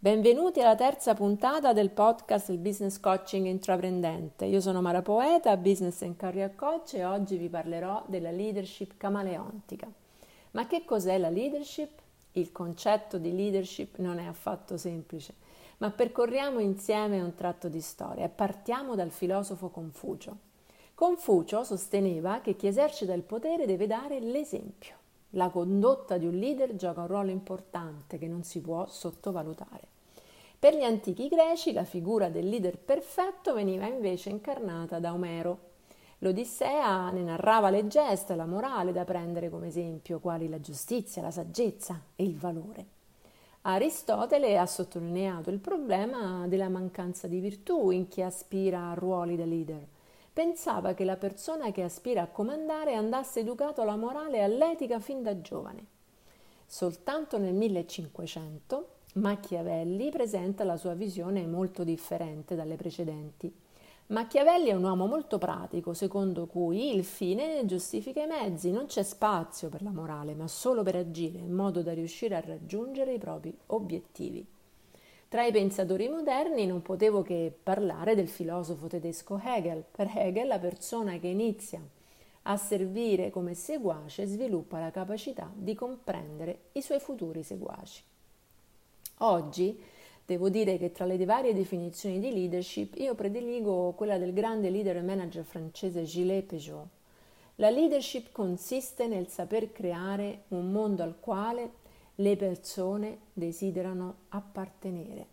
Benvenuti alla terza puntata del podcast Il Business Coaching Intraprendente. Io sono Mara Poeta, Business and Career Coach e oggi vi parlerò della leadership camaleontica. Ma che cos'è la leadership? Il concetto di leadership non è affatto semplice, ma percorriamo insieme un tratto di storia e partiamo dal filosofo Confucio. Confucio sosteneva che chi esercita il potere deve dare l'esempio. La condotta di un leader gioca un ruolo importante che non si può sottovalutare. Per gli antichi greci la figura del leader perfetto veniva invece incarnata da Omero. L'Odissea ne narrava le gesta e la morale da prendere come esempio, quali la giustizia, la saggezza e il valore. Aristotele ha sottolineato il problema della mancanza di virtù in chi aspira a ruoli da leader. Pensava che la persona che aspira a comandare andasse educato alla morale e all'etica fin da giovane. Soltanto nel 1500 Machiavelli presenta la sua visione molto differente dalle precedenti. Machiavelli è un uomo molto pratico, secondo cui il fine giustifica i mezzi, non c'è spazio per la morale, ma solo per agire in modo da riuscire a raggiungere i propri obiettivi. Tra i pensatori moderni non potevo che parlare del filosofo tedesco Hegel. Per Hegel la persona che inizia a servire come seguace sviluppa la capacità di comprendere i suoi futuri seguaci. Oggi devo dire che tra le varie definizioni di leadership io prediligo quella del grande leader e manager francese Gilles Péjot. La leadership consiste nel saper creare un mondo al quale le persone desiderano appartenere.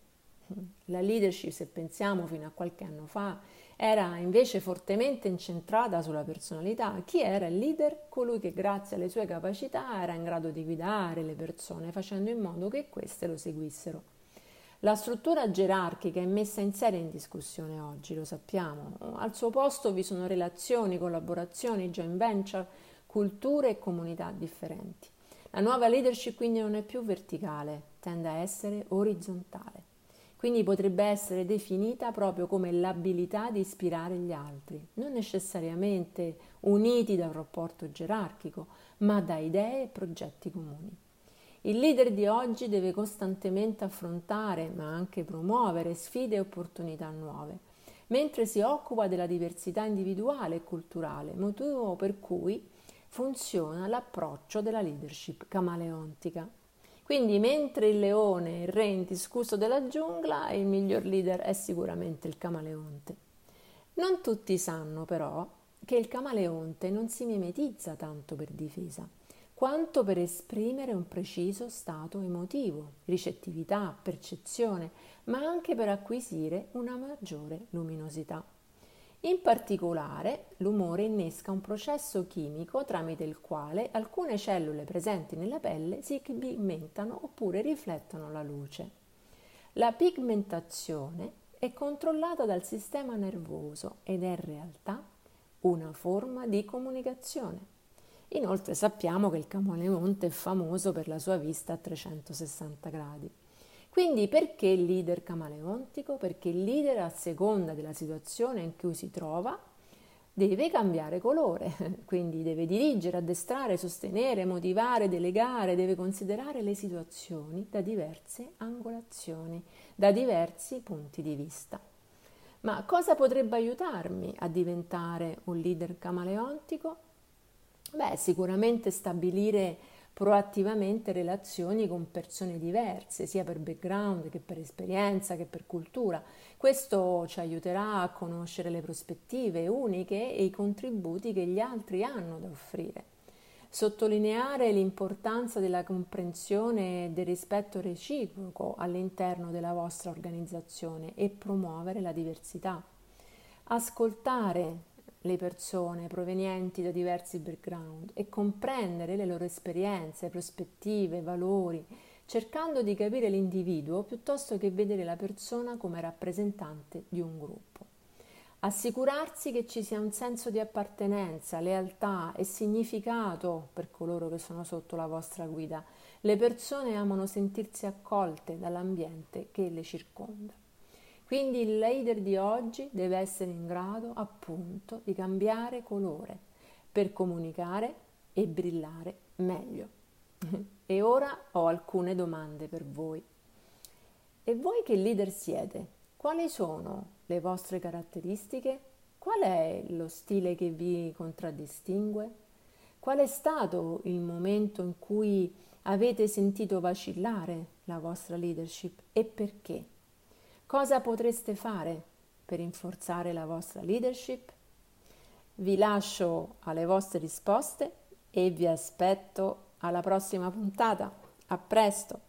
La leadership, se pensiamo fino a qualche anno fa, era invece fortemente incentrata sulla personalità. Chi era il leader? Colui che grazie alle sue capacità era in grado di guidare le persone, facendo in modo che queste lo seguissero. La struttura gerarchica è messa in seria in discussione oggi, lo sappiamo. Al suo posto vi sono relazioni, collaborazioni, joint venture, culture e comunità differenti. La nuova leadership quindi non è più verticale, tende a essere orizzontale. Quindi potrebbe essere definita proprio come l'abilità di ispirare gli altri, non necessariamente uniti da un rapporto gerarchico, ma da idee e progetti comuni. Il leader di oggi deve costantemente affrontare, ma anche promuovere sfide e opportunità nuove, mentre si occupa della diversità individuale e culturale, motivo per cui funziona l'approccio della leadership camaleontica. Quindi mentre il leone è il re indiscusso della giungla, il miglior leader è sicuramente il camaleonte. Non tutti sanno però che il camaleonte non si mimetizza tanto per difesa, quanto per esprimere un preciso stato emotivo, ricettività, percezione, ma anche per acquisire una maggiore luminosità. In particolare, l'umore innesca un processo chimico tramite il quale alcune cellule presenti nella pelle si pigmentano oppure riflettono la luce. La pigmentazione è controllata dal sistema nervoso ed è in realtà una forma di comunicazione. Inoltre sappiamo che il camaleonte è famoso per la sua vista a 360 gradi. Quindi perché il leader camaleontico? Perché il leader, a seconda della situazione in cui si trova, deve cambiare colore, quindi deve dirigere, addestrare, sostenere, motivare, delegare, deve considerare le situazioni da diverse angolazioni, da diversi punti di vista. Ma cosa potrebbe aiutarmi a diventare un leader camaleontico? Sicuramente stabilire proattivamente relazioni con persone diverse, sia per background che per esperienza che per cultura. Questo ci aiuterà a conoscere le prospettive uniche e i contributi che gli altri hanno da offrire. Sottolineare l'importanza della comprensione e del rispetto reciproco all'interno della vostra organizzazione e promuovere la diversità. Ascoltare le persone provenienti da diversi background e comprendere le loro esperienze, prospettive, valori, cercando di capire l'individuo piuttosto che vedere la persona come rappresentante di un gruppo. Assicurarsi che ci sia un senso di appartenenza, lealtà e significato per coloro che sono sotto la vostra guida. Le persone amano sentirsi accolte dall'ambiente che le circonda. Quindi il leader di oggi deve essere in grado appunto di cambiare colore per comunicare e brillare meglio. E ora ho alcune domande per voi. E voi che leader siete? Quali sono le vostre caratteristiche? Qual è lo stile che vi contraddistingue? Qual è stato il momento in cui avete sentito vacillare la vostra leadership e perché? Cosa potreste fare per rinforzare la vostra leadership? Vi lascio alle vostre risposte e vi aspetto alla prossima puntata. A presto!